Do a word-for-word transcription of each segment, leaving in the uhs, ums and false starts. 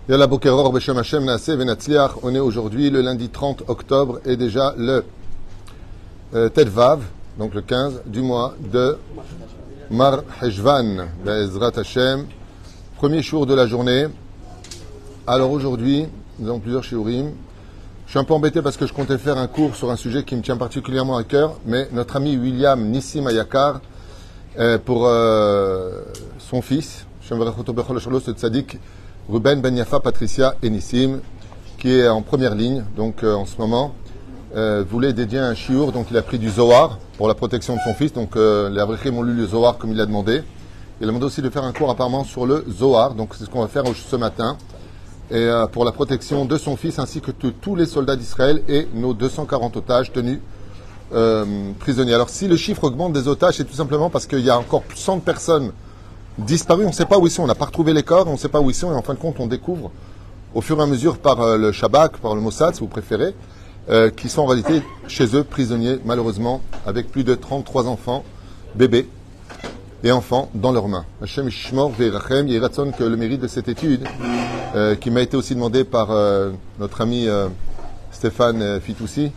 Yalla Bokeror Beshem Hashem Naaseh Venatzliach. On est aujourd'hui le lundi trente octobre et déjà le euh, Tetvav, donc le quinze du mois de Mar Heshvan, Be'ezrat Hashem. Premier jour de la journée. Alors aujourd'hui, nous avons plusieurs shiurim. Je suis un peu embêté parce que je comptais faire un cours sur un sujet qui me tient particulièrement à cœur, mais notre ami William Nissim Ayakar, euh, pour euh, son fils, ce tzaddik, Ruben Ben Yafa, Patricia et Nissim, qui est en première ligne, donc euh, en ce moment, euh, voulait dédier un shiur, donc il a pris du Zohar pour la protection de son fils, donc euh, les Avrichim ont lu le Zohar comme il l'a demandé. Il a demandé aussi de faire un cours apparemment sur le Zohar, donc c'est ce qu'on va faire ce matin, et euh, pour la protection de son fils ainsi que de tous les soldats d'Israël et nos deux cent quarante otages tenus euh, prisonniers. Alors si le chiffre augmente des otages, c'est tout simplement parce qu'il y a encore cent personnes disparues, on ne sait pas où ils sont, on n'a pas retrouvé les corps, on ne sait pas où ils sont, et en fin de compte on découvre au fur et à mesure par euh, le Shabak, par le Mossad si vous préférez, euh, qui sont en réalité chez eux prisonniers malheureusement, avec plus de trente-trois enfants, bébés et enfants dans leurs mains. Hashem Ishmor Ve'irachem, il y a ratson que le mérite de cette étude, euh, qui m'a été aussi demandé par euh, notre ami euh, Stéphane euh, Fitoussi,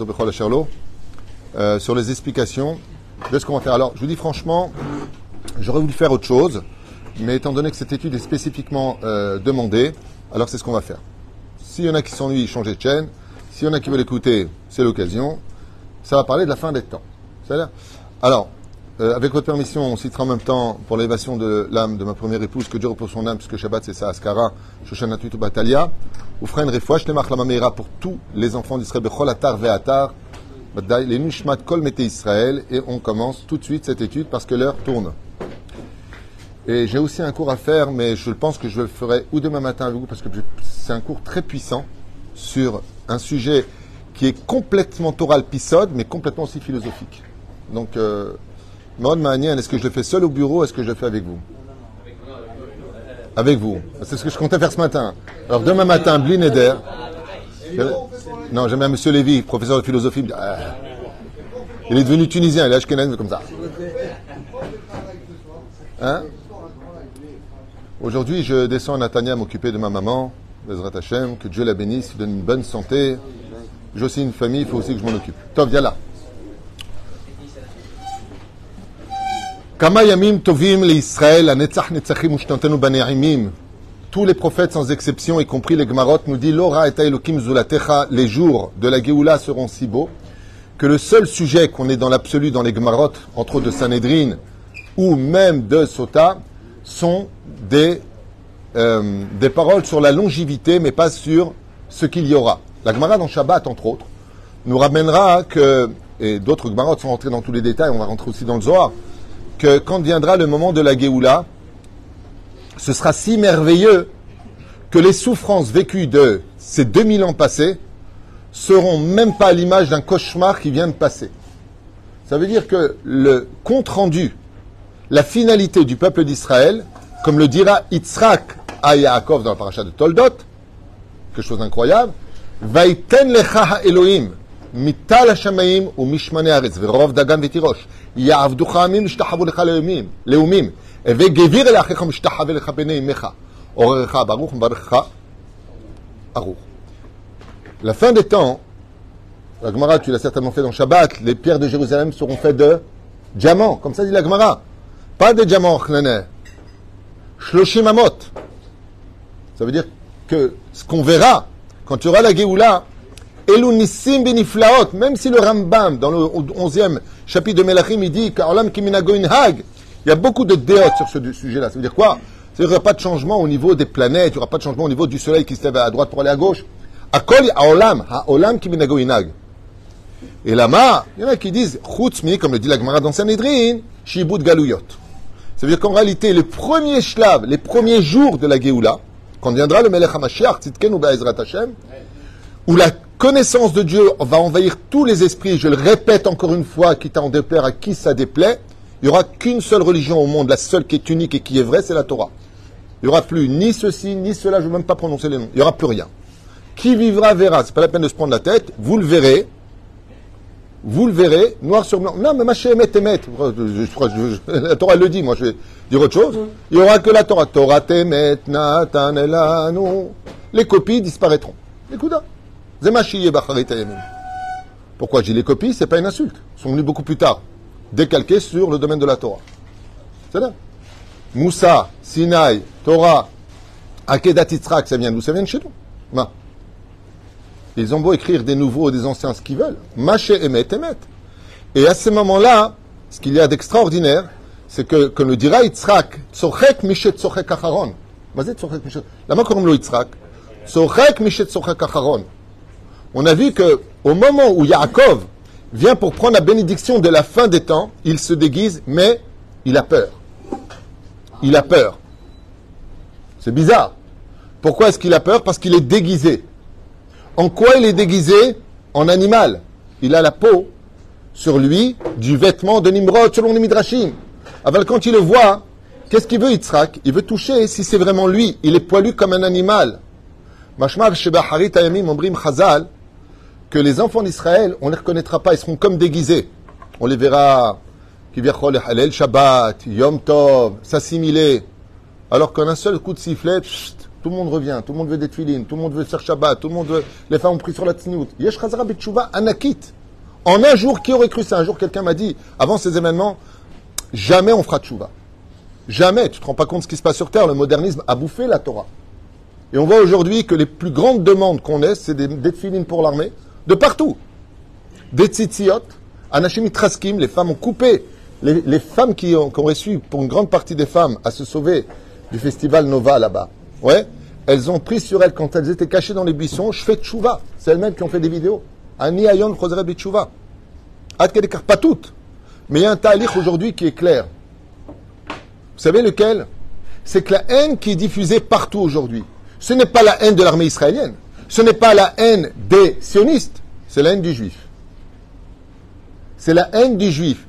euh, sur les explications de ce qu'on va faire. Alors, je vous dis franchement, j'aurais voulu faire autre chose, mais étant donné que cette étude est spécifiquement euh, demandée, alors c'est ce qu'on va faire. S'il y en a qui s'ennuient, changez de chaîne. S'il y en a qui veulent écouter, c'est l'occasion. Ça va parler de la fin des temps. C'est-à-dire, alors, Euh, avec votre permission, on citera en même temps pour l'élévation de l'âme de ma première épouse, que Dieu repose son âme, puisque Shabbat c'est sa Askara, Shoshana Tutu Batalia, ou Frein Refouach, Lemach Lamameira pour tous les enfants d'Israël, Bechol Atar Ve'atar, les Nushmat Kol Mete Israël, et on commence tout de suite cette étude parce que l'heure tourne. Et j'ai aussi un cours à faire, mais je pense que je le ferai ou demain matin avec vous, parce que c'est un cours très puissant sur un sujet qui est complètement Torah Pisod, mais complètement aussi philosophique. Donc, euh, est-ce que je le fais seul au bureau, est-ce que je le fais avec vous? Avec vous. C'est ce que je comptais faire ce matin. Alors demain matin, Blin Eder. Non, j'aime bien M. Lévy, professeur de philosophie. Il est devenu tunisien, il est ashkénazi comme ça. Hein? Aujourd'hui, je descends à Natania m'occuper de ma maman, Bezrat Hashem, que Dieu la bénisse, lui donne une bonne santé. J'ai aussi une famille, il faut aussi que je m'en occupe. Tov, viens là. Kama yamim tovim l'Israël, anetzach netzachim ushtantenu bane'imim. Tous les prophètes sans exception, y compris les Gmarot, nous disent L'ora et Elokim zulatecha, les jours de la Géoula seront si beaux que le seul sujet qu'on est dans l'absolu dans les Gmarot, entre autres de Sanhedrin ou même de Sota, sont des, euh, des paroles sur la longévité, mais pas sur ce qu'il y aura. La Gemara dans Shabbat, entre autres, nous ramènera que, et d'autres Gmarot sont rentrés dans tous les détails, on va rentrer aussi dans le Zohar, que quand viendra le moment de la Géoula, ce sera si merveilleux que les souffrances vécues de ces deux mille ans passés seront même pas à l'image d'un cauchemar qui vient de passer. Ça veut dire que le compte-rendu, la finalité du peuple d'Israël, comme le dira Yitzhak à Yaakov dans la paracha de Toldot, quelque chose d'incroyable, Vaïten lecha ha-Elohim, mital ha-shamayim ou mishmane haaretz, verov dagan vetirosh. יעבדוך עמים ישתחוו לך לאומים, לאומים, וגביר אל אחיך משתחווה לך בני אמך, עוררך ברוך ומברכך ארוך. La fin des temps, la Gemara, tu l'as certainement fait dans Shabbat, les pierres de Jérusalem seront faites de diamants, comme ça dit la Gemara. Pas de diamants, chlene. Shloshim amot. Ça veut dire que ce qu'on verra, quand tu auras la Géoula, Elu nissim beniflaot, même si le Rambam, dans le onzième chapitre de Melachim, il dit qu'Olam kiminagoin hag, il y a beaucoup de déotes sur ce sujet-là. Ça veut dire quoi? C'est-à-dire qu'il n'y aura pas de changement au niveau des planètes, il n'y aura pas de changement au niveau du soleil qui se lève à droite pour aller à gauche. Akol haolam, haolam kiminagoin hag. Et là-bas, il y en a qui disent, chutzmi, comme le dit la Gemara dans Sanhedrin, shibud galuyot. Ça veut dire qu'en réalité, les premiers shlav, les premiers jours de la Géoula, quand viendra le Melech HaMashiach, tzidkenu ba'ezrat Hashem, où la connaissance de Dieu va envahir tous les esprits, je le répète encore une fois, quitte à en déplaire à qui ça déplaît, il n'y aura qu'une seule religion au monde, la seule qui est unique et qui est vraie, c'est la Torah. Il n'y aura plus ni ceci, ni cela, je ne veux même pas prononcer les noms, il n'y aura plus rien. Qui vivra verra, c'est pas la peine de se prendre la tête, vous le verrez, vous le verrez, noir sur blanc. Non, mais ma chérie, mettez, mettez. La Torah le dit, moi je vais dire autre chose. Il n'y aura que la Torah. Torah temet, natan elanu. Les copies disparaîtront. Écoute, zemachiye bacharit ayamim. Pourquoi je dis les copies? C'est pas une insulte. Ils sont venus beaucoup plus tard, décalqués sur le domaine de la Torah. C'est là. Moussa, Sinaï, Torah, Akedat Yitzhak, ça vient d'où? Ça vient de chez nous. Ma. Ils ont beau écrire des nouveaux et des anciens ce qu'ils veulent. Maché emet emet. Et à ce moment-là, ce qu'il y a d'extraordinaire, c'est que, comme le dira Yitzhak, Tzochek Mishet Tzochek Acharon. Vas-y, Tzochek Mishet. Là-bas, comme le Yitzhak, Tzochek Mishet Tzochek Acharon. On a vu que, au moment où Yaakov vient pour prendre la bénédiction de la fin des temps, il se déguise, mais il a peur. Il a peur. C'est bizarre. Pourquoi est-ce qu'il a peur? Parce qu'il est déguisé. En quoi il est déguisé? En animal. Il a la peau sur lui du vêtement de Nimrod, selon les Midrashim. Alors quand il le voit, qu'est-ce qu'il veut Yitzhak? Il veut toucher si c'est vraiment lui. Il est poilu comme un animal. Mashmar Shebaharit Ayamim Ombrim Chazal, que les enfants d'Israël, on ne les reconnaîtra pas, ils seront comme déguisés. On les verra, Kivyachol Halel Shabbat, Yom Tov, s'assimiler. Alors qu'en un seul coup de sifflet, pssst, tout le monde revient, tout le monde veut des tefilines, tout le monde veut faire Shabbat, tout le monde veut... Les femmes ont pris sur la tsniout. Yesh Chazara Betshuva Anakit. En un jour, qui aurait cru ça? Un jour, quelqu'un m'a dit, avant ces événements, jamais on fera Tshuva. Jamais. Tu te rends pas compte de ce qui se passe sur Terre. Le modernisme a bouffé la Torah. Et on voit aujourd'hui que les plus grandes demandes qu'on ait, c'est des, des tefilines pour l'armée, de partout. Des tzitziot, Anashim Traskim, les femmes ont coupé. Les, les femmes qui ont, qui ont réussi, pour une grande partie des femmes, à se sauver du festival Nova là-bas, ouais, elles ont pris sur elles, quand elles étaient cachées dans les buissons, je fais tchouva. C'est elles-mêmes qui ont fait des vidéos. Ani ayon choseret b'tchouva. Pas toutes. Mais il y a un talich aujourd'hui qui est clair. Vous savez lequel? C'est que la haine qui est diffusée partout aujourd'hui, ce n'est pas la haine de l'armée israélienne. Ce n'est pas la haine des sionistes. C'est la haine du juif. C'est la haine du juif.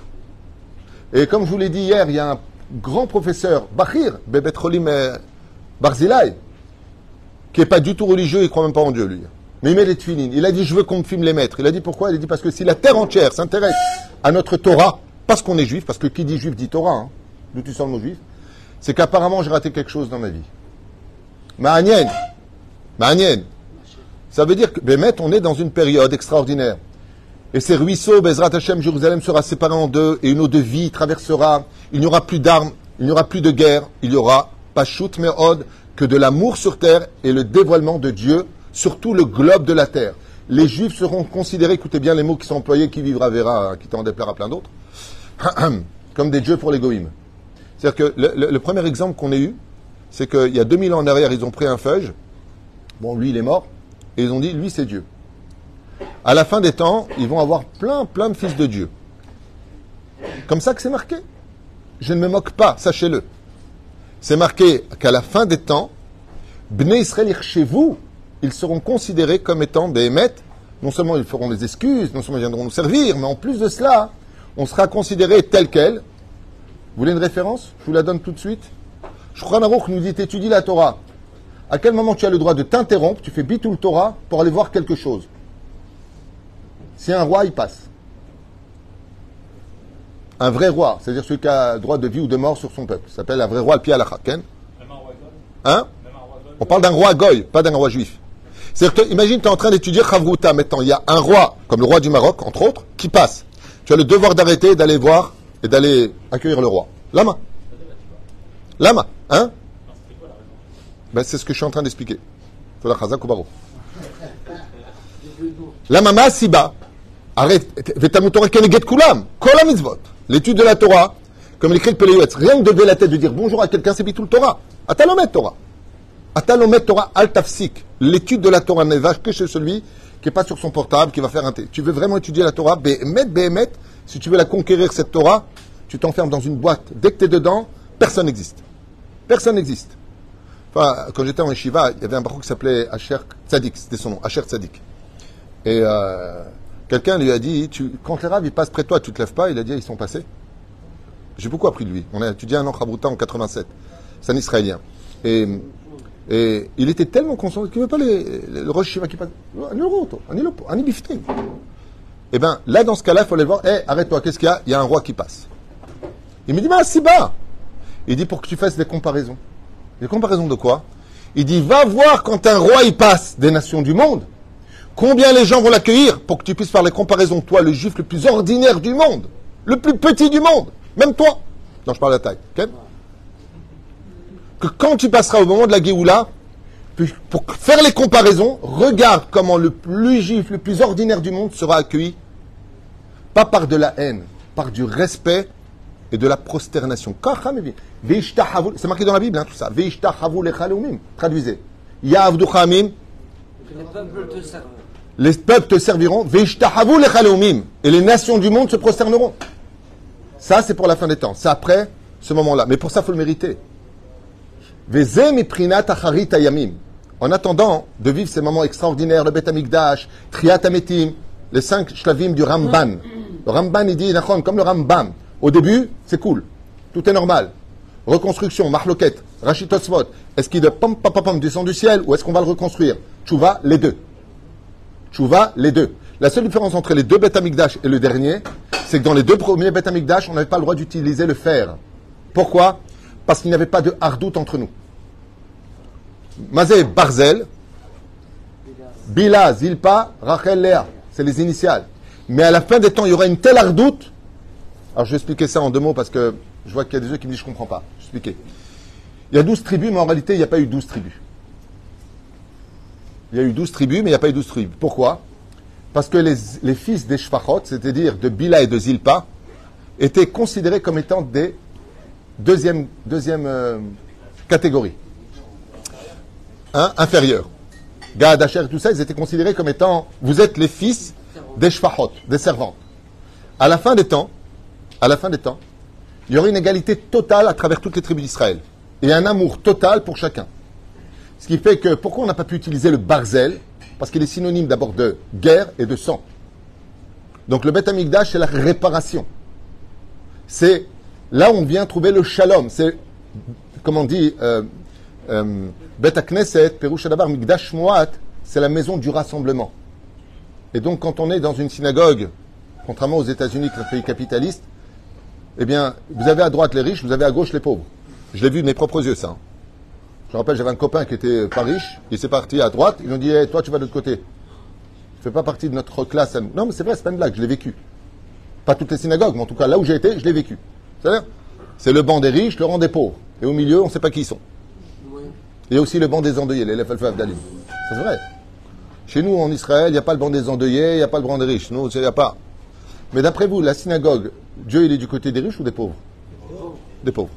Et comme je vous l'ai dit hier, il y a un grand professeur, Bachir, Bebet Cholim Barzilai, qui n'est pas du tout religieux, il ne croit même pas en Dieu, lui. Mais il met les tefilines. Il a dit, je veux qu'on me filme les maîtres. Il a dit pourquoi? Il a dit parce que si la terre entière s'intéresse à notre Torah, parce qu'on est juif, parce que qui dit juif dit Torah, hein, d'où tu sors le mot juif, c'est qu'apparemment j'ai raté quelque chose dans ma vie. Ma'anien. Ma'anien. Ça veut dire que, Bémet, on est dans une période extraordinaire. Et ces ruisseaux, Bezrat Hashem, Jérusalem sera séparé en deux, et une eau de vie traversera. Il n'y aura plus d'armes, il n'y aura plus de guerre, il y aura pas shoot mais od, que de l'amour sur terre et le dévoilement de Dieu sur tout le globe de la terre. Les Juifs seront considérés, écoutez bien les mots qui sont employés, qui vivra verra, qui t'en déplaira plein d'autres, comme des dieux pour les goïms. C'est-à-dire que le, le, le premier exemple qu'on ait eu, c'est qu'il y a deux mille ans en arrière, ils ont pris un feuge, bon, lui il est mort, et ils ont dit, lui c'est Dieu. À la fin des temps, ils vont avoir plein, plein de fils de Dieu. Comme ça que c'est marqué. Je ne me moque pas, sachez-le. C'est marqué qu'à la fin des temps, Bnei Israël, chez vous, ils seront considérés comme étant des émettes. Non seulement ils feront des excuses, non seulement ils viendront nous servir, mais en plus de cela, on sera considéré tel quel. Vous voulez une référence? Je vous la donne tout de suite. Shulchan Aruch nous dit, étudie la Torah. À quel moment tu as le droit de t'interrompre, tu fais bitul Torah pour aller voir quelque chose? Si un roi, il passe. Un vrai roi, c'est-à-dire celui qui a le droit de vie ou de mort sur son peuple. Ça s'appelle un vrai roi, le pied à la chaken. Hein? On parle d'un roi goy, pas d'un roi juif. C'est-à-dire que, imagine, tu es en train d'étudier Chavruta maintenant. Il y a un roi, comme le roi du Maroc, entre autres, qui passe. Tu as le devoir d'arrêter, d'aller voir et d'aller accueillir le roi. Lama. Lama. Hein? Ben, c'est ce que je suis en train d'expliquer. La mama siba. Arrête. L'étude de la Torah, comme l'écrit le Péléuetz, rien que de lever la tête, de dire bonjour à quelqu'un, c'est bitul Torah. Atalomet Torah. Atalomet Torah al tafsik. L'étude de la Torah ne va que chez celui qui n'est pas sur son portable, qui va faire un thé. Tu veux vraiment étudier la Torah, béhémet, béhémet, si tu veux la conquérir, cette Torah, tu t'enfermes dans une boîte. Dès que tu es dedans, personne n'existe. Personne n'existe. Enfin, quand j'étais en yeshiva, il y avait un barouk qui s'appelait Asher Tzadik, c'était son nom, Asher Tzadik. Et euh, quelqu'un lui a dit, tu, quand les raves ils passent près de toi, tu te lèves pas. Il a dit, ils sont passés. J'ai beaucoup appris de lui. On a étudié un an Chabruta en quatre-vingt-sept. C'est un Israélien. Et, et il était tellement conscient qu'il ne veut pas les, les, le Rosh Shiva qui passe. Un euro, un euro, un bifting. Eh bien, là, dans ce cas-là, il faut aller le voir. Hé, hey, arrête-toi, qu'est-ce qu'il y a? Il y a un roi qui passe. Il me dit, mais si bas. Il dit, pour que tu fasses des comparaisons. Des comparaisons de quoi? Il dit, va voir quand un roi y passe des nations du monde, combien les gens vont l'accueillir pour que tu puisses faire les comparaisons. Toi, le juif le plus ordinaire du monde, le plus petit du monde, même toi. Non, je parle de la taille. Okay? Que quand tu passeras au moment de la Géoula, pour faire les comparaisons, regarde comment le plus juif, le plus ordinaire du monde sera accueilli, pas par de la haine, par du respect et de la prosternation. C'est marqué dans la Bible, hein, tout ça. Traduisez. Les peuples te serviront. Et les nations du monde se prosterneront. Ça, c'est pour la fin des temps. C'est après ce moment-là. Mais pour ça, il faut le mériter. En attendant de vivre ces moments extraordinaires, le Beth Amikdash, Triat Ametim, les cinq shlavim du Ramban. Le Ramban, il dit, comme le Rambam. Au début, c'est cool. Tout est normal. Reconstruction, Mahloket, Rachid Tosfot. Est-ce qu'il de pom pom pom descend du ciel ou est-ce qu'on va le reconstruire? Tchouva, les deux. Tchouva, les deux. La seule différence entre les deux Beth Amikdash et le dernier, c'est que dans les deux premiers Beth Amikdash, on n'avait pas le droit d'utiliser le fer. Pourquoi? Parce qu'il n'y avait pas de hardout entre nous. Mazé, Barzel, Bila, Zilpa, Rachel, Léa. C'est les initiales. Mais à la fin des temps, il y aura une telle hardout. Alors, je vais expliquer ça en deux mots parce que je vois qu'il y a des gens qui me disent je ne comprends pas. Je vais expliquer. Il y a douze tribus, mais en réalité, il n'y a pas eu douze tribus. Il y a eu douze tribus, mais il n'y a pas eu douze tribus. Pourquoi? Parce que les, les fils des Shfachot, c'est-à-dire de Bila et de Zilpa, étaient considérés comme étant des deuxième, deuxième euh, catégorie. Hein, inférieurs. Gad, Asher et tout ça, ils étaient considérés comme étant, vous êtes les fils des Shfachot, des servantes. À la fin des temps, à la fin des temps, il y aurait une égalité totale à travers toutes les tribus d'Israël. Et un amour total pour chacun. Ce qui fait que, pourquoi on n'a pas pu utiliser le barzel? Parce qu'il est synonyme d'abord de guerre et de sang. Donc le Beth Amikdash, c'est la réparation. C'est là où on vient trouver le shalom. C'est, comme on dit, euh, euh, Beth Knesset, Perush Adabar, Mikdash Moat, c'est la maison du rassemblement. Et donc quand on est dans une synagogue, contrairement aux États-Unis, qui est un pays capitaliste, eh bien, vous avez à droite les riches, vous avez à gauche les pauvres. Je l'ai vu de mes propres yeux, ça. Hein. Je me rappelle, j'avais un copain qui était pas riche, il s'est parti à droite, ils ont dit, hey, toi, tu vas de l'autre côté. Tu ne fais pas partie de notre classe. Non, mais c'est vrai, c'est pas une blague, je l'ai vécu. Pas toutes les synagogues, mais en tout cas, là où j'ai été, je l'ai vécu. C'est-à-dire, c'est le banc des riches, le rang des pauvres. Et au milieu, on ne sait pas qui ils sont. Oui. Il y a aussi le banc des endeuillés, les Lef Alfa Abdalim. C'est vrai. Chez nous, en Israël, il n'y a pas le banc des endeuillés, il n'y a pas le banc des riches. Nous, il n'y a pas. Mais d'après vous, la synagogue, Dieu, il est du côté des riches ou des pauvres? Des pauvres. Des pauvres.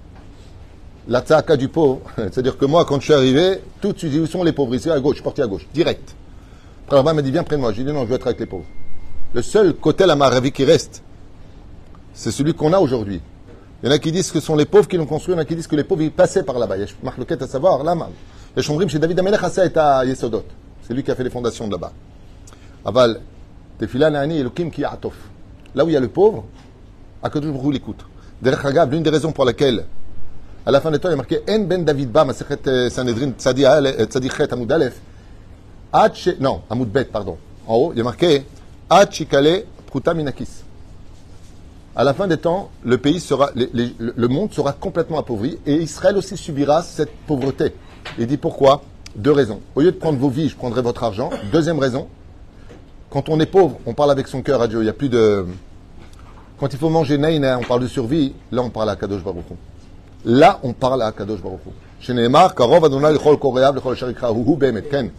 La tzaka du pauvre, c'est-à-dire que moi, quand je suis arrivé, tout de suite, où sont les pauvres? Ici, à gauche, je suis parti à gauche, direct. Après, Rabba m'a dit, viens près de moi. J'ai dit, non, je veux être avec les pauvres. Le seul côté la maravi qui reste, c'est celui qu'on a aujourd'hui. Il y en a qui disent que ce sont les pauvres qui l'ont construit, il y en a qui disent que les pauvres, ils passaient par là-bas. Il y a marque le quête à savoir, là, man. Il y a Shomrim chez David Amelech Hassa et à Yesodot. C'est lui qui a fait les fondations de là-bas. Aval, Tefila Nani Elokim ki Atof. Là où il y a le pauvre, Akadosh Baruch Hu l'écoute. Derech Hagav, l'une des raisons pour laquelle, à la fin des temps, il y a marqué En ben David ba, Masechet Sanhedrin, Tzadichet, Amud Aleph, Ad she, non, Amud Bet, pardon. En haut, il y a marqué Ad Shikale Pruta Minakis. À la fin des temps, le pays sera, les, les, le monde sera complètement appauvri et Israël aussi subira cette pauvreté. Il dit pourquoi? Deux raisons. Au lieu de prendre vos vies, je prendrai votre argent. Deuxième raison, quand on est pauvre, on parle avec son cœur à Dieu. Il n'y a plus de. Quand il faut manger naïna, on parle de survie. Là, on parle à Kadosh Baruch Hu. Là, on parle à Kadosh Baruch Hu. Chez Neymar, Karov Adonai l'chol koreav l'chol sharikra huhu be'emet ken.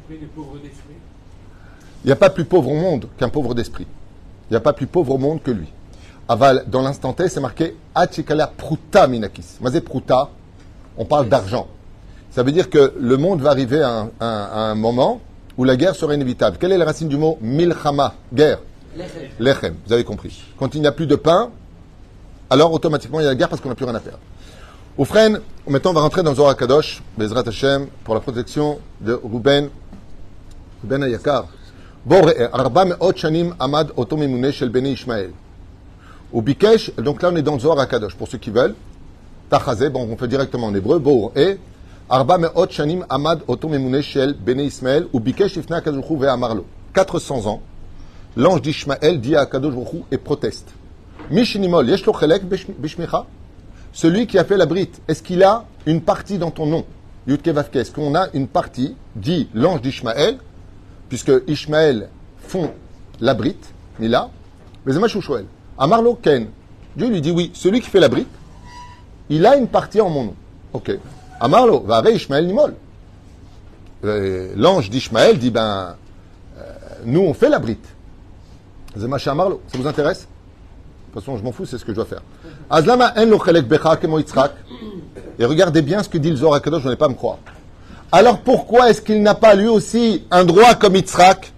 Il n'y a pas plus pauvre au monde qu'un pauvre d'esprit. Il n'y a pas plus pauvre au monde que lui. Aval, dans l'instant T, c'est marqué Achikala Pruta Minakis. Mazé Pruta, on parle d'argent. Ça veut dire que le monde va arriver à un, à, à un moment où la guerre sera inévitable. Quelle est la racine du mot Milchama? Guerre. Lechem. Lechem. Vous avez compris. Quand il n'y a plus de pain, alors automatiquement il y a la guerre parce qu'on n'a plus rien à faire. Oufren, maintenant on va rentrer dans Zohar HaKadosh, Bezrat Hashem, pour la protection de Ruben, Ruben Ayakar. Bon, Arba Me'ot Shanim Amad Oto Mimune Shel Bene Ishmael. Ou Bikesh, donc là on est dans Zohar HaKadosh, pour ceux qui veulent. Tachazé, bon on fait directement en hébreu, Bo et Arba Me'ot Shanim Amad Oto Mimune Shel Bene Ishmael, ou Bikesh Ifna HaKadosh Hu Ve'amarlo. quatre cents ans, l'ange d'Ishmaël dit à Akadosh Baruch Hu et proteste. Mishinimol, yesh lo chelek bishmicha. Celui qui a fait la brite, est-ce qu'il a une partie dans ton nom? Yudke Vavke, est-ce qu'on a une partie, dit l'ange d'Ishmaël, puisque Ishmaël font la brite, Mila, mais c'est Machouchouel. Amarlo Ken. Dieu lui dit oui, celui qui fait la brite, il a une partie en mon nom. Ok. Amarlo, va avec Ishmaël Nimol. Euh, L'ange d'Ishmaël dit ben, euh, nous on fait la brite. C'est Macha Amarlo. Ça vous intéresse? De toute façon, je m'en fous, c'est ce que je dois faire. Azlama en lo chelek becha kemo Yitzhak. Et regardez bien ce que dit le Zohar HaKadosh, je n'ai pas à me croire. Alors pourquoi est-ce qu'il n'a pas lui aussi un droit comme Yitzhak?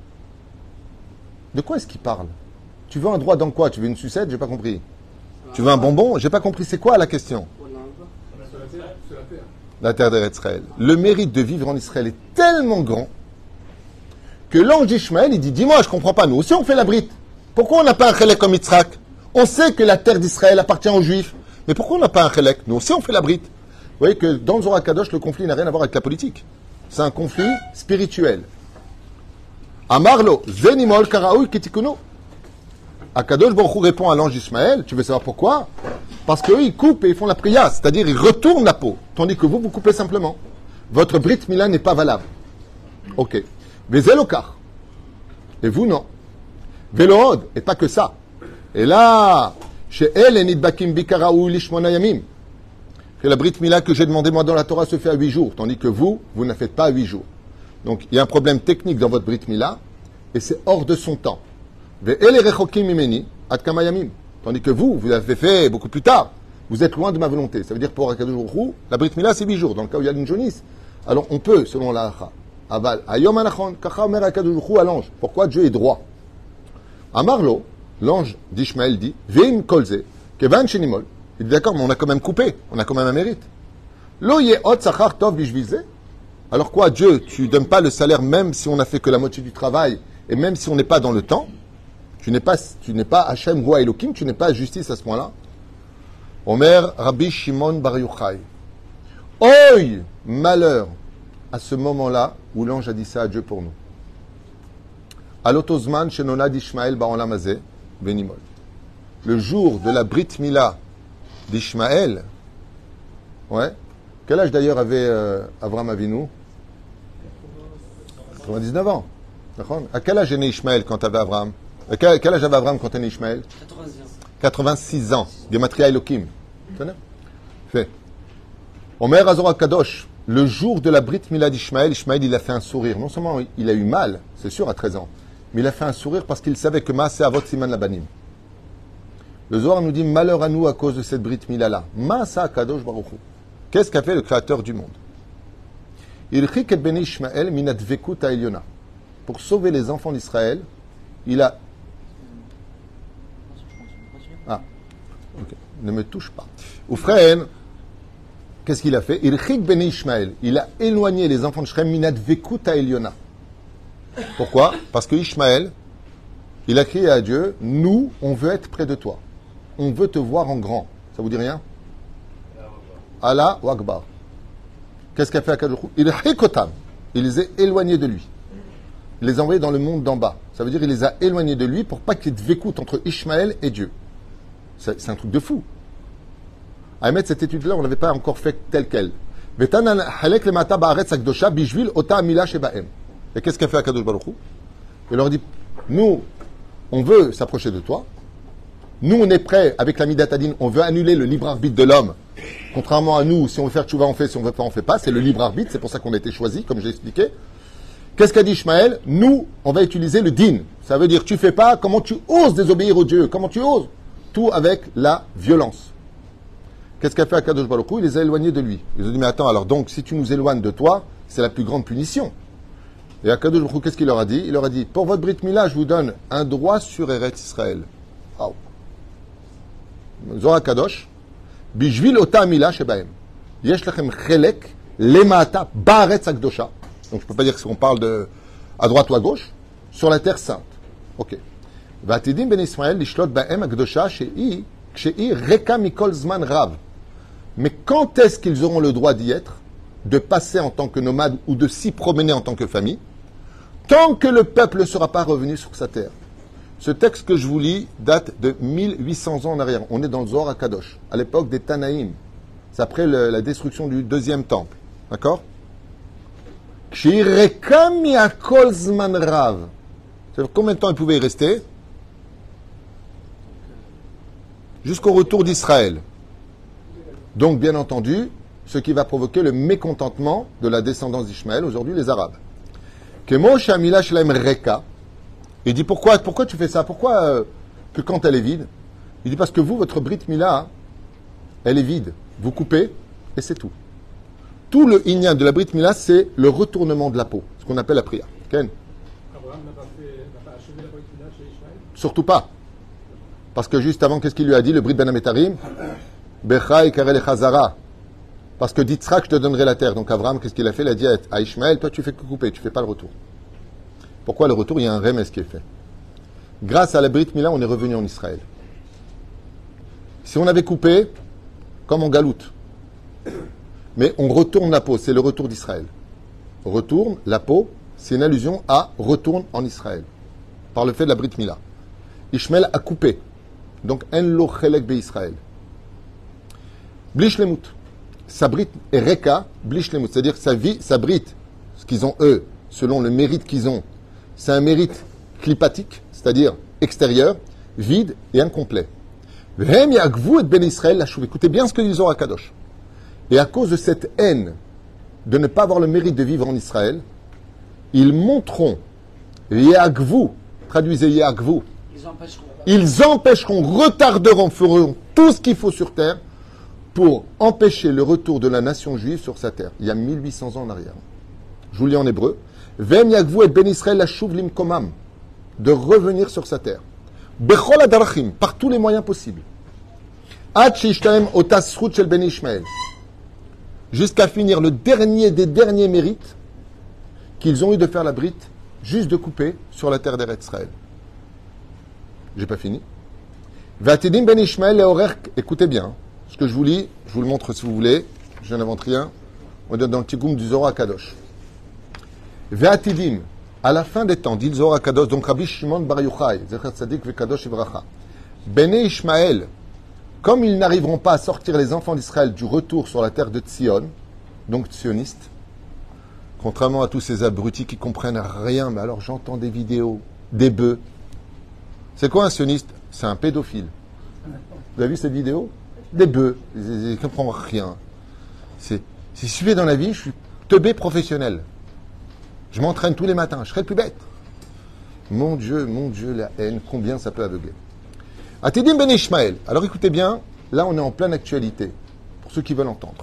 De quoi est-ce qu'il parle? Tu veux un droit dans quoi? Tu veux une sucette? J'ai pas compris. Tu veux un bonbon? J'ai pas compris. C'est quoi la question? La terre d'Israël. Le mérite de vivre en Israël est tellement grand que l'ange d'Ishmaël, il dit, dis-moi, je comprends pas, nous aussi on fait la brite. Pourquoi on n'a pas un chelek comme Yitzhak? On sait que la terre d'Israël appartient aux Juifs. Mais pourquoi on n'a pas un chelek? Nous aussi on fait la brite. Vous voyez que dans le Zohar HaKadosh, le conflit n'a rien à voir avec la politique. C'est un conflit spirituel. Amarlo, Zenimol Karaoui Kitikuno. Akadosh Baruch Hu répond à l'ange d'Ismaël, tu veux savoir pourquoi? Parce qu'eux, ils coupent et ils font la priya, c'est-à-dire ils retournent la peau, tandis que vous, vous coupez simplement. Votre Brit Mila n'est pas valable. Ok. Vezelokar. Et vous, non. Velohod, et pas que ça. Et là, chez elle, Enidbakim Bikaraou Lishmona Yamim. Que la Brit Mila que j'ai demandé moi dans la Torah se fait à huit jours, tandis que vous, vous ne la faites pas à huit jours. Donc, il y a un problème technique dans votre Brit Mila, et c'est hors de son temps. Tandis que vous, vous l'avez fait beaucoup plus tard. Vous êtes loin de ma volonté. Ça veut dire pour Akadosh Baruch Hu, la Brit Mila c'est huit jours. Dans le cas où il y a une jaunisse, alors on peut, selon la halakha. Aval, ayom anachon, kacha omer Akadosh Baruch Hu à l'ange. Pourquoi Dieu est droit? Amarlo, l'ange d'Ishmaël dit, veim kolze, kevan shenimol. Il dit d'accord, mais on a quand même coupé. On a quand même un mérite. Lo yeot sachar tov bishvize. Alors quoi, Dieu, tu donnes pas le salaire même si on a fait que la moitié du travail et même si on n'est pas dans le temps? Tu n'es pas, tu n'es pas Hachem Roi Elohim, tu n'es pas justice à ce point-là. Omer Rabbi Shimon Bar Yochai. Oi, malheur à ce moment-là où l'ange a dit ça à Dieu pour nous. Alotozman Shenonad Ishmael Ba'olam Hazeh Benimol. Le jour de la Brit Mila d'Ishmaël. Ouais. Quel âge d'ailleurs avait euh, Avraham Avinu? quatre-vingt-dix-neuf ans. À quel âge est né Ishmaël quand avait Avraham? Quel, quel âge avait Abraham quand est né Ishmaël? quatre-vingt-six ans. Gematria Elohim. Fait. Omer Azor Kadosh, le jour de la Brit Mila d'Ishmaël, Ishmaël, il a fait un sourire. Non seulement il a eu mal, c'est sûr, à treize ans, mais il a fait un sourire parce qu'il savait que Maaseh Avot Siman Labanim. Le Zohar nous dit malheur à nous à cause de cette Brit Mila-là. Maaseh Kadosh Baruch Hu. Qu'est-ce qu'a fait le Créateur du monde? Il chik et beni Ishmaël minat vekut ha'elyona. Pour sauver les enfants d'Israël, il a... Ah, ok. Ne me touche pas. Oufren, qu'est-ce qu'il a fait? Il chik beni Ishmaël. Il a éloigné les enfants de Shrem minat vekut ha'elyona. Pourquoi? Parce que Ishmaël, il a crié à Dieu, nous, on veut être près de toi. On veut te voir en grand. Ça vous dit rien? Allah ou Akbar. Qu'est-ce qu'a fait Akadosh Baruch Hu? Il hikotam. Il les a éloignés de lui. Il les a envoyés dans le monde d'en bas. Ça veut dire qu'il les a éloignés de lui pour pas qu'il y ait de vécoute entre Ishmaël et Dieu. C'est, c'est un truc de fou. À émettre cette étude-là, on ne l'avait pas encore fait telle quelle. Et qu'est-ce qu'a fait Akadosh Baruch Hu? Il leur dit, nous, on veut s'approcher de toi. Nous, on est prêts, avec la Midatadine, on veut annuler le libre arbitre de l'homme. Contrairement à nous, si on veut faire tchouva, on fait, si on veut pas, on fait pas. C'est le libre arbitre, c'est pour ça qu'on a été choisi, comme j'ai expliqué. Qu'est-ce qu'a dit Ishmaël? Nous, on va utiliser le din. Ça veut dire, tu fais pas, comment tu oses désobéir au Dieu? Comment tu oses? Tout avec la violence. Qu'est-ce qu'a fait Akadosh Baruch Hu? Il les a éloignés de lui. Ils ont dit, mais attends, alors donc, si tu nous éloignes de toi, c'est la plus grande punition. Et Akadosh Baruch Hu, qu'est-ce qu'il leur a dit? Il leur a dit, pour votre Brit Mila, je vous donne un droit sur Eretz Israël. Wow. Zohar Kadosh, Bishvil ota mila shebaem. Yesh lechem chelek lemata baaretz akdosha. Donc je peux pas dire qu'on parle de à droite ou à gauche sur la terre sainte. Ok. Vatidim ben Israël lishlot baem akdosha shei shei reka mikol zman rav. Mais quand est-ce qu'ils auront le droit d'y être, de passer en tant que nomades ou de s'y promener en tant que famille, tant que le peuple ne sera pas revenu sur sa terre? Ce texte que je vous lis date de mille huit cents ans en arrière. On est dans le Zohar HaKadosh, à l'époque des Tanaïm. C'est après le, la destruction du deuxième temple. D'accord? Combien de temps il pouvait y rester? Jusqu'au retour d'Israël. Donc, bien entendu, ce qui va provoquer le mécontentement de la descendance d'Ishmaël, aujourd'hui les Arabes. Il dit, pourquoi, pourquoi tu fais ça? Pourquoi euh, que quand elle est vide? Il dit, parce que vous, votre Brit Mila, elle est vide. Vous coupez, et c'est tout. Tout le inyan de la Brit Mila, c'est le retournement de la peau, ce qu'on appelle la prière. Ken? Abraham n'a pas, fait, n'a pas achevé la Brit Mila chez Ishmaël? Surtout pas. Parce que juste avant, qu'est-ce qu'il lui a dit, le Brit Ben Ametarim? Bechai Karel Chazara. Parce que d'Yitzhak, je te donnerai la terre. Donc Abraham, qu'est-ce qu'il a fait? Il a dit à Ishmaël, toi tu fais que couper, tu fais pas le retour. Pourquoi le retour? Il y a un remès qui est fait. Grâce à la Brit Mila, on est revenu en Israël. Si on avait coupé, comme en galoute, mais on retourne la peau, c'est le retour d'Israël. Retourne la peau, c'est une allusion à retourne en Israël, par le fait de la Brit Mila. Ishmaël a coupé, donc en lo chelek be Israël. Blishlemut, sa Brit est reka, blishlemut, c'est-à-dire que sa vie, sa Brit, ce qu'ils ont eux, selon le mérite qu'ils ont, c'est un mérite clipatique, c'est-à-dire extérieur, vide et incomplet. V'hem ya'akvu et ben Israël lachouv. Écoutez bien ce que dit Zohar HaKadosh. Et à cause de cette haine de ne pas avoir le mérite de vivre en Israël, ils monteront, ya'akvu, traduisez ya'akvu, Ils empêcheront. ils empêcheront, retarderont, feront tout ce qu'il faut sur terre pour empêcher le retour de la nation juive sur sa terre. Il y a mille huit cents ans en arrière. Je vous lis en hébreu. V'hem ya'akvu et ben Israël lachouv limkomam, de revenir sur sa terre. Bechol adarachim, par tous les moyens possibles. Ad sheishtaem otasrut shel ben Ishmael. Jusqu'à finir le dernier des derniers mérites qu'ils ont eu de faire la brite, juste de couper sur la terre d'Eretz Israël. J'ai pas fini. Vatidim ben Ishmael et horer, écoutez bien, ce que je vous lis, je vous le montre si vous voulez, je n'invente rien, on est dans le Tigoum du Zohar HaKadosh. Vatidim, à la fin des temps, dit le Zohar HaKadosh, donc Rabbi Shimon Bar Yochai, Zecher Tzadik Vekadosh Ivracha, Bene Ishmael, comme ils n'arriveront pas à sortir les enfants d'Israël du retour sur la terre de Tzion, donc sionistes, contrairement à tous ces abrutis qui comprennent rien, mais alors j'entends des vidéos, des bœufs. C'est quoi un sioniste? C'est un pédophile. Vous avez vu cette vidéo? Des bœufs, ils ne comprennent rien. C'est, si je suis dans la vie, je suis teubé professionnel. Je m'entraîne tous les matins, je serai le plus bête. Mon Dieu, mon Dieu, la haine, combien ça peut aveugler. Atidim ben Ishmael. Alors écoutez bien, là on est en pleine actualité, pour ceux qui veulent entendre.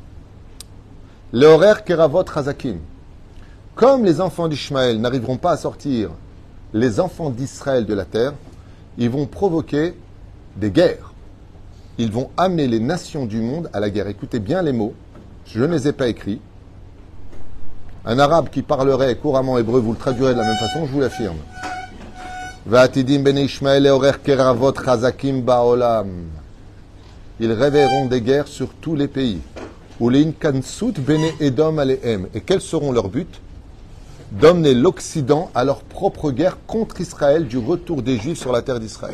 Le horaire Keravot Chazakim. Comme les enfants d'Ishmaël n'arriveront pas à sortir les enfants d'Israël de la terre, ils vont provoquer des guerres. Ils vont amener les nations du monde à la guerre. Écoutez bien les mots, je ne les ai pas écrits. Un arabe qui parlerait couramment hébreu, vous le traduirez de la même façon, je vous l'affirme. Va'atidim ben Ishmael eorer keravot chazakim ba'olam. Ils réveilleront des guerres sur tous les pays. Ulein kansut bene Edom alehem. Et quels seront leurs buts? D'emmener l'Occident à leur propre guerre contre Israël du retour des Juifs sur la terre d'Israël.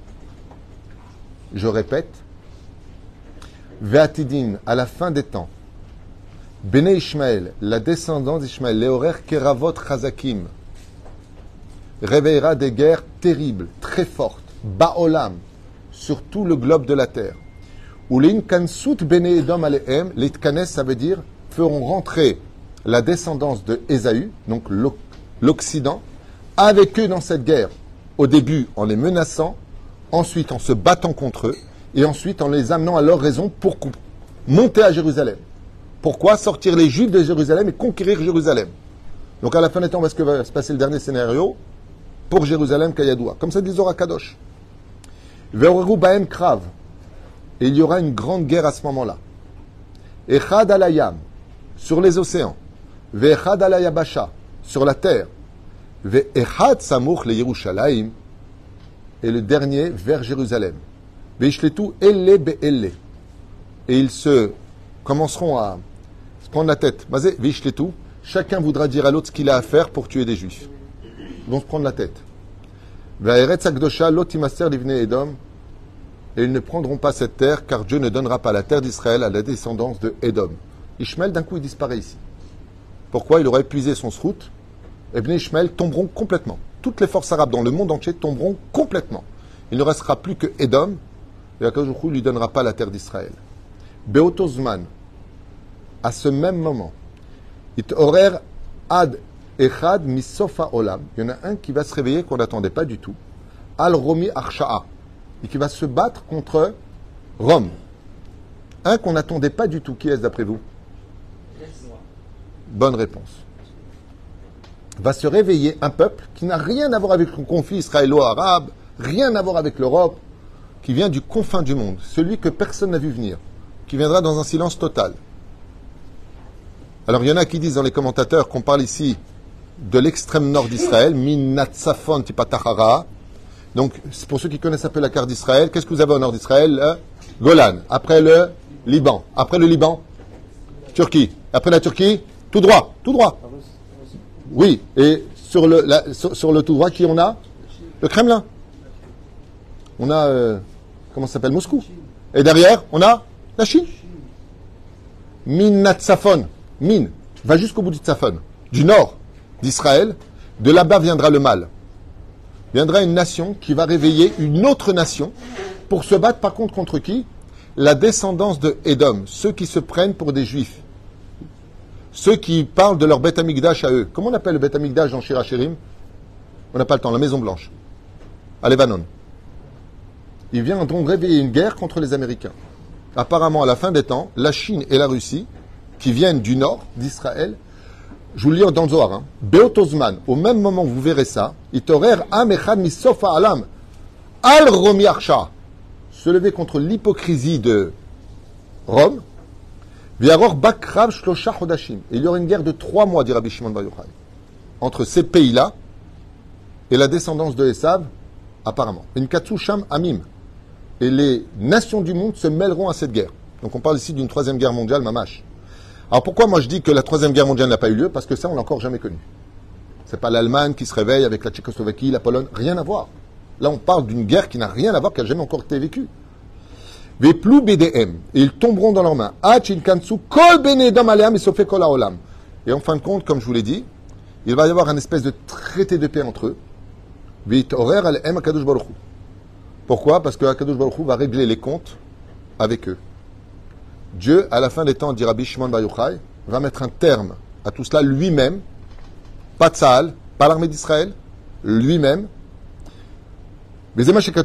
Je répète. Va'atidim, à la fin des temps, Bene Ishmael, la descendance d'Ishmael, Léorer Keravot Chazakim, réveillera des guerres terribles, très fortes, Ba'olam, sur tout le globe de la terre. Ulin Kansut Bene Edom Alehem, les Tkanes, ça veut dire, feront rentrer la descendance de Ésaü, donc l'Occident, avec eux dans cette guerre. Au début, en les menaçant, ensuite en se battant contre eux, et ensuite en les amenant à leur raison pour monter à Jérusalem. Pourquoi sortir les Juifs de Jérusalem et conquérir Jérusalem? Donc à la fin des temps, où est-ce que va se passer le dernier scénario? Pour Jérusalem, Kayadoua. Comme ça dit Zohar HaKadosh. Ve'oreru ba'em krav. Et il y aura une grande guerre à ce moment-là. Echad alayam, sur les océans. Ve'echad alayabasha, sur la terre. Ve'echad samuch le Yerushalayim. Et le dernier vers Jérusalem. Ve'ishletu elle be'elle. Et ils se commenceront à se prendre la tête. Mazé, Ve'ishletu. Chacun voudra dire à l'autre ce qu'il a à faire pour tuer des Juifs. Ils vont se prendre la tête. Ve'eretz hakdosha lo timaser livnei Edom. Et ils ne prendront pas cette terre, car Dieu ne donnera pas la terre d'Israël à la descendance de Edom. Ishmaël, d'un coup, il disparaît ici. Pourquoi? Il aura épuisé son srout. Et Bnei Ishmaël tomberont complètement. Toutes les forces arabes dans le monde entier tomberont complètement. Il ne restera plus que Edom. Et Akadosh Baruch Hu ne lui donnera pas la terre d'Israël. Beotozman, à ce même moment, it horer ad echad misofa olam. Il y en a un qui va se réveiller qu'on n'attendait pas du tout. Al romi arsha'a. Et qui va se battre contre Rome. Un qu'on n'attendait pas du tout. Qui est-ce d'après vous? Bonne réponse. Va se réveiller un peuple qui n'a rien à voir avec le conflit israélo-arabe, rien à voir avec l'Europe, qui vient du confin du monde, celui que personne n'a vu venir, qui viendra dans un silence total. Alors il y en a qui disent dans les commentateurs qu'on parle ici de l'extrême nord d'Israël, min natsafon tipatahara. Donc, pour ceux qui connaissent un peu la carte d'Israël, qu'est-ce que vous avez au nord d'Israël? Le Golan. Après le Liban. Après le Liban, Turquie. Après la Turquie, tout droit. Tout droit. Oui. Et sur le, la, sur, sur le tout droit, qui on a? Le Kremlin. On a, euh, comment ça s'appelle? Moscou. Et derrière, on a la Chine. Min Natsafon. Min. Va jusqu'au bout du Tsafon. Du nord d'Israël. De là-bas viendra le mal. Viendra une nation qui va réveiller une autre nation pour se battre par contre contre qui? La descendance de Édom, ceux qui se prennent pour des juifs, ceux qui parlent de leur Beth Amikdash à eux. Comment on appelle le Beth Amikdash dans Shir HaShirim? On n'a pas le temps, la Maison Blanche, à Lebanon. Ils viendront réveiller une guerre contre les Américains. Apparemment, à la fin des temps, la Chine et la Russie, qui viennent du nord d'Israël, je vous le lis dans le Zohar, hein. Beotozman, au même moment vous verrez ça, itorer am echad misofa alam, al romi arsha, se lever contre l'hypocrisie de Rome, viaror bakrav shlosha chodashim. Et il y aura une guerre de trois mois, dit Rabbi Shimon Bar Yochai, entre ces pays-là et la descendance de Esav, apparemment. Une katsu sham amim. Et les nations du monde se mêleront à cette guerre. Donc on parle ici d'une troisième guerre mondiale, mamash. Alors pourquoi moi je dis que la troisième guerre mondiale n'a pas eu lieu? Parce que ça, on l'a encore jamais connu. C'est pas l'Allemagne qui se réveille avec la Tchécoslovaquie, la Pologne, rien à voir. Là, on parle d'une guerre qui n'a rien à voir, qui n'a jamais encore été vécue. Veplu B D M, et ils tomberont dans leurs mains. Kol benedam aleam et sofé kol haolam. Et en fin de compte, comme je vous l'ai dit, il va y avoir un espèce de traité de paix entre eux. Vitorer alehem akadosh baruch hu. Pourquoi? Parce que Akadosh Baruch Hu va régler les comptes avec eux. Dieu, à la fin des temps, dit Rabbi Shimon Bar Yochai, va mettre un terme à tout cela lui-même, pas Tzahal, pas l'armée d'Israël, lui-même. Oh,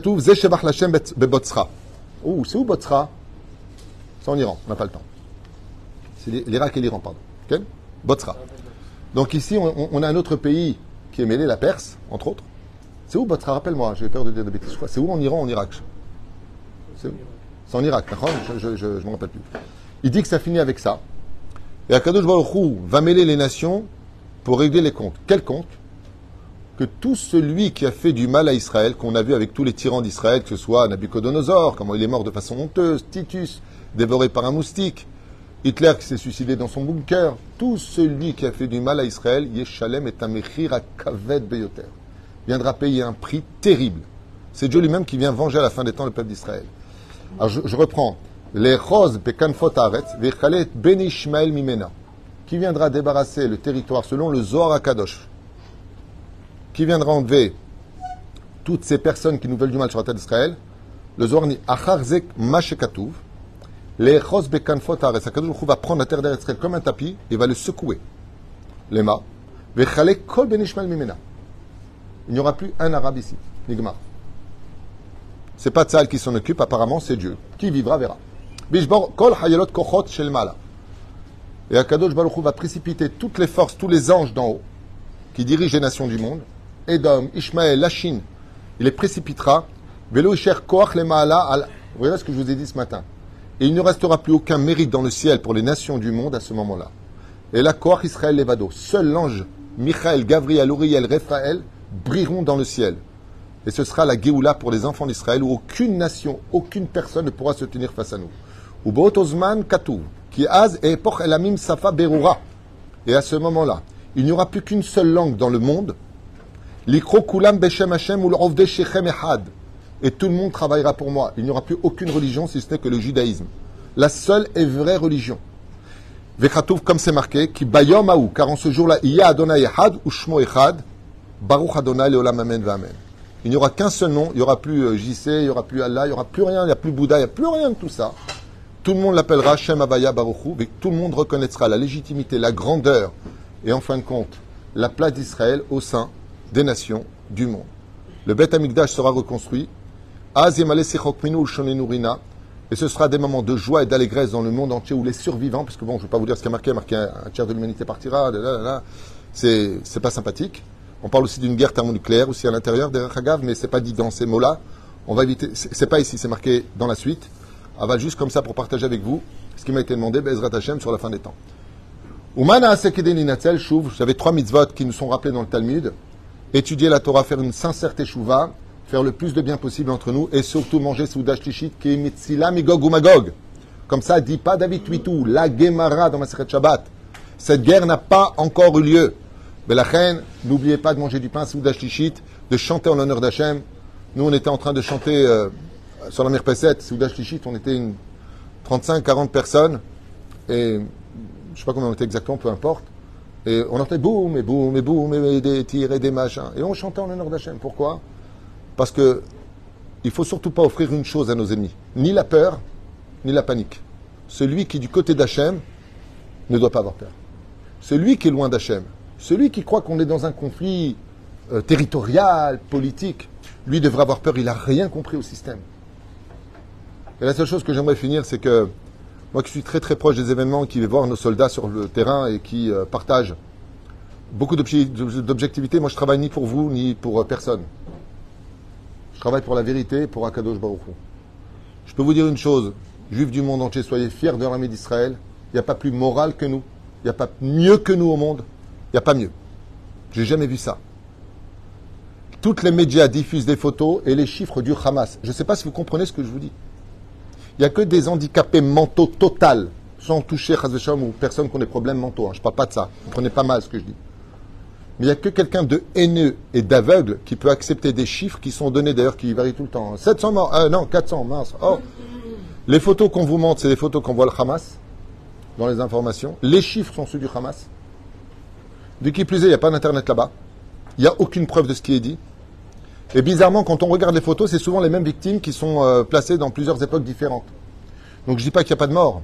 c'est où Botzra? C'est en Iran, on n'a pas le temps. C'est l'Irak et l'Iran, pardon. Okay? Botzra. Donc ici, on, on a un autre pays qui est mêlé, la Perse, entre autres. C'est où Botzra? Rappelle-moi, j'ai peur de dire des bêtises. C'est où en Iran, en Irak? C'est où? C'est en Irak, d'accord? Je ne me rappelle plus. Il dit que ça finit avec ça. Et Akadosh Baruch Hu va mêler les nations pour régler les comptes. Quel compte? Que tout celui qui a fait du mal à Israël, qu'on a vu avec tous les tyrans d'Israël, que ce soit Nabucodonosor, comment il est mort de façon honteuse, Titus, dévoré par un moustique, Hitler qui s'est suicidé dans son bunker, tout celui qui a fait du mal à Israël, Yeshalem est un mechir à kaved beyoter, viendra payer un prix terrible. C'est Dieu lui-même qui vient venger à la fin des temps le peuple d'Israël. Alors je, je reprends. Les roses bekanfot haaretz vechalet ben Ishmael mimena. Qui viendra débarrasser le territoire selon le Zohar HaKadosh? Qui viendra enlever toutes ces personnes qui nous veulent du mal sur la terre d'Israël? Le Zohar dit acharzek mashekatuv. Les roses bekanfot haaretz. HaKadosh Baruch Hu va prendre la terre d'Israël comme un tapis et va le secouer. Lema vechalet kol ben Ishmael mimena. Il n'y aura plus un arabe ici. Nigmar. C'est pas Tzahal qui s'en occupe, apparemment c'est Dieu. Qui vivra verra. Bishbor kol hayalot kochot shel mala. Et Akadosh Baruch Hu va précipiter toutes les forces, tous les anges d'en haut, qui dirigent les nations du monde, Édom, Ishmaël, la Chine, il les précipitera. Velo isher koach le mala al. Vous voyez ce que je vous ai dit ce matin. Et il ne restera plus aucun mérite dans le ciel pour les nations du monde à ce moment-là. Et là, koach Israël levado. Seul l'ange Michaël, Gabriel, Uriel, Raphaël brilleront dans le ciel. Et ce sera la Géoula pour les enfants d'Israël où aucune nation, aucune personne ne pourra se tenir face à nous. Ou Bootozman Katou, qui az et epoch elamim safa berura. Et à ce moment-là, il n'y aura plus qu'une seule langue dans le monde Likro kulam beshem Hashem ou l'ovde shechem echad. Et tout le monde travaillera pour moi. Il n'y aura plus aucune religion si ce n'est que le judaïsme. La seule et vraie religion. Vechatouf, comme c'est marqué, qui bayom aou, car en ce jour-là, il y a Adonai echad ou shmo echad, Baruch Adonai leolam amen v'amen. Il n'y aura qu'un seul nom, il n'y aura plus J C, il n'y aura plus Allah, il n'y aura plus rien, il n'y a plus Bouddha, il n'y a plus rien de tout ça. Tout le monde l'appellera Shem Havaya Baruch Hu, et tout le monde reconnaîtra la légitimité, la grandeur, et en fin de compte, la place d'Israël au sein des nations du monde. Le Beth Amikdash sera reconstruit, Az Yemale Sechok Minu Shonenu Rina, et ce sera des moments de joie et d'allégresse dans le monde entier où les survivants, parce que bon, je ne vais pas vous dire ce qui a marqué, marqué un, un tiers de l'humanité partira, là, là, là, c'est, c'est pas sympathique. On parle aussi d'une guerre thermonucléaire aussi à l'intérieur des Hagav, mais c'est pas dit dans ces mots-là. On va éviter, c'est, c'est pas ici, c'est marqué dans la suite. Aval juste comme ça pour partager avec vous ce qui m'a été demandé, Bezrat Hashem, sur la fin des temps. Umana Asekeden Inatzel, Shuv, j'avais trois mitzvot qui nous sont rappelés dans le Talmud. Étudier la Torah, faire une sincère teshuva, faire le plus de bien possible entre nous, et surtout manger Soudash Tishit, qui est Mitzila Migog ou Magog. Comme ça, dit pas David Tuitou, la Gemara dans Masechet Shabbat. Cette guerre n'a pas encore eu lieu. Belachen, n'oubliez pas de manger du pain Soudash Tishit, de chanter en l'honneur d'Hachem. Nous, on était en train de chanter euh, sur la Mirpeset, Soudash Tishit, on était une trente-cinq à quarante personnes, et je ne sais pas combien on était exactement, peu importe. Et on entendait boum, et boum, et boum, et des tirs, et des machins. Et on chantait en l'honneur d'Hachem. Pourquoi? Parce que il ne faut surtout pas offrir une chose à nos ennemis. Ni la peur, ni la panique. Celui qui est du côté d'Hachem ne doit pas avoir peur. Celui qui est loin d'Hachem, celui qui croit qu'on est dans un conflit euh, territorial, politique, lui devrait avoir peur. Il n'a rien compris au système. Et la seule chose que j'aimerais finir, c'est que moi qui suis très très proche des événements, qui vais voir nos soldats sur le terrain et qui euh, partagent beaucoup d'objectivité, moi je travaille ni pour vous, ni pour euh, personne. Je travaille pour la vérité, pour Akadosh Baruch Hu. Je peux vous dire une chose, juifs du monde entier, soyez fiers de l'armée d'Israël. Il n'y a pas plus moral que nous. Il n'y a pas mieux que nous au monde. Il n'y a pas mieux. Je n'ai jamais vu ça. Toutes les médias diffusent des photos et les chiffres du Hamas. Je ne sais pas si vous comprenez ce que je vous dis. Il n'y a que des handicapés mentaux total, sans toucher Chazvesham ou personne qui ont des problèmes mentaux. Hein. Je ne parle pas de ça. Vous comprenez pas mal ce que je dis. Mais il n'y a que quelqu'un de haineux et d'aveugle qui peut accepter des chiffres qui sont donnés, d'ailleurs, qui varient tout le temps. sept cents morts, euh, non, quatre cents, mince. Oh. Les photos qu'on vous montre, c'est des photos qu'on voit le Hamas dans les informations. Les chiffres sont ceux du Hamas. De qui plus est, il n'y a pas d'internet là-bas. Il n'y a aucune preuve de ce qui est dit. Et bizarrement, quand on regarde les photos, c'est souvent les mêmes victimes qui sont euh, placées dans plusieurs époques différentes. Donc je ne dis pas qu'il n'y a pas de mort.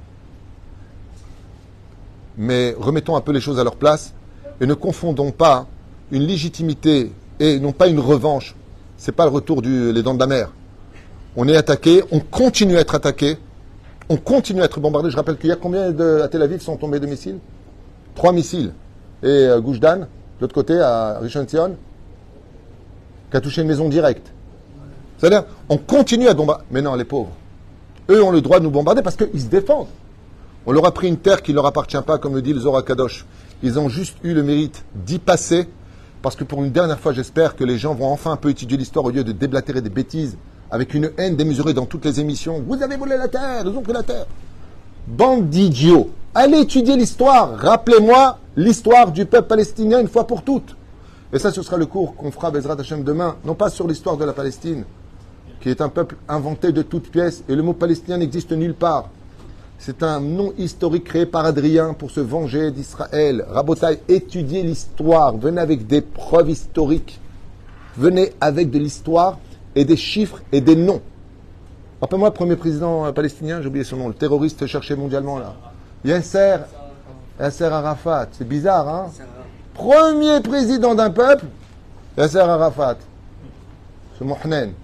Mais remettons un peu les choses à leur place. Et ne confondons pas une légitimité et non pas une revanche. Ce n'est pas le retour des dents de la mer. On est attaqué, on continue à être attaqué, on continue à être bombardé. Je rappelle qu'il y a combien de, à Tel Aviv sont tombés de missiles? Trois missiles. Et euh, Goujdan, de l'autre côté, à Rishon LeZion, qui a touché une maison directe. C'est-à-dire, on continue à bombarder. Mais non, les pauvres. Eux ont le droit de nous bombarder parce qu'ils se défendent. On leur a pris une terre qui ne leur appartient pas, comme le dit le Zohar Kadosh. Ils ont juste eu le mérite d'y passer, parce que pour une dernière fois, j'espère que les gens vont enfin un peu étudier l'histoire au lieu de déblatérer des bêtises, avec une haine démesurée dans toutes les émissions. Vous avez volé la terre, ils ont pris la terre. Bande d'idiots. Allez étudier l'histoire. Rappelez-moi l'histoire du peuple palestinien une fois pour toutes. Et ça, ce sera le cours qu'on fera Bezrat Hashem demain, non pas sur l'histoire de la Palestine, qui est un peuple inventé de toutes pièces, et le mot palestinien n'existe nulle part. C'est un nom historique créé par Adrien pour se venger d'Israël. Rabotai, étudiez l'histoire. Venez avec des preuves historiques. Venez avec de l'histoire et des chiffres et des noms. Rappelez-moi le premier président palestinien, j'ai oublié son nom, le terroriste cherché mondialement là. Yasser, Yasser Arafat. C'est bizarre, hein? Premier président d'un peuple, Yasser Arafat. Ce Mohnen.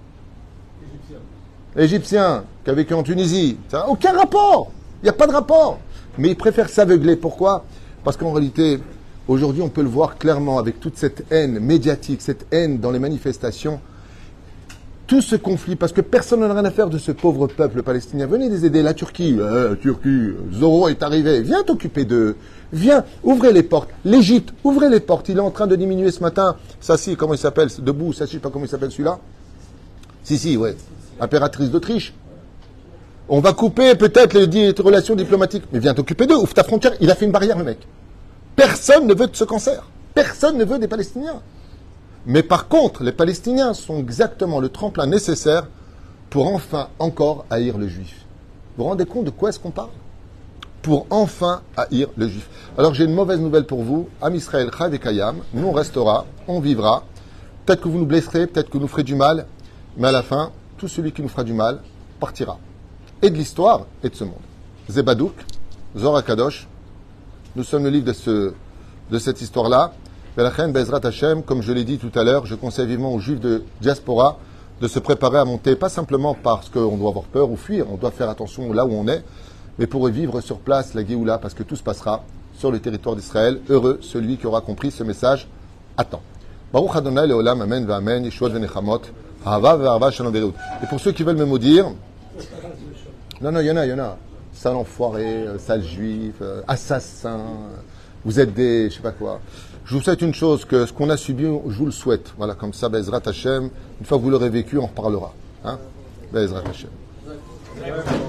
Égyptien, qui a vécu en Tunisie. Ça n'a aucun rapport. Il n'y a pas de rapport. Mais ils préfèrent s'aveugler. Pourquoi? Parce qu'en réalité, aujourd'hui, on peut le voir clairement avec toute cette haine médiatique, cette haine dans les manifestations, tout ce conflit, parce que personne n'a rien à faire de ce pauvre peuple palestinien. Venez les aider. La Turquie, euh, Turquie, Zorro est arrivé. Viens t'occuper d'eux. Viens, ouvrez les portes. L'Égypte, ouvrez les portes. Il est en train de diminuer ce matin. Sassi, comment il s'appelle? Debout, Sassi, je ne sais pas comment il s'appelle celui-là. Si, si, ouais. Impératrice d'Autriche. On va couper peut-être les relations diplomatiques. Mais viens t'occuper d'eux, ouvre ta frontière. Il a fait une barrière, le mec. Personne ne veut de ce cancer. Personne ne veut des Palestiniens. Mais par contre, les Palestiniens sont exactement le tremplin nécessaire pour enfin encore haïr le juif. Vous vous rendez compte de quoi est-ce qu'on parle? Pour enfin haïr le juif. Alors j'ai une mauvaise nouvelle pour vous. Am Israël Chai Vekayam, nous on restera, on vivra. Peut-être que vous nous blesserez, peut-être que vous nous ferez du mal, mais à la fin, tout celui qui nous fera du mal partira. Et de l'histoire et de ce monde. Zebadouk, Zohar Kadosh, nous sommes le livre de, ce, de cette histoire-là. Velachem, Bezrat Hashem, comme je l'ai dit tout à l'heure, je conseille vivement aux juifs de diaspora de se préparer à monter, pas simplement parce qu'on doit avoir peur ou fuir, on doit faire attention là où on est, mais pour vivre sur place la Géoula, parce que tout se passera sur le territoire d'Israël. Heureux celui qui aura compris ce message à temps. Baruch Adonai Leolam, Amen, V'Amen, Yeshuot V'Nechamot, Ahava V'Arva Shalom Ve'Reut. Et pour ceux qui veulent me maudire, non, non, il y en a, il y en a. Sale enfoiré, euh, sale juif, euh, assassin, vous êtes des, je sais pas quoi. Je vous souhaite une chose, que ce qu'on a subi, je vous le souhaite. Voilà, comme ça, Bezrat Hashem, une fois que vous l'aurez vécu, on reparlera. Hein? Bezrat Hashem.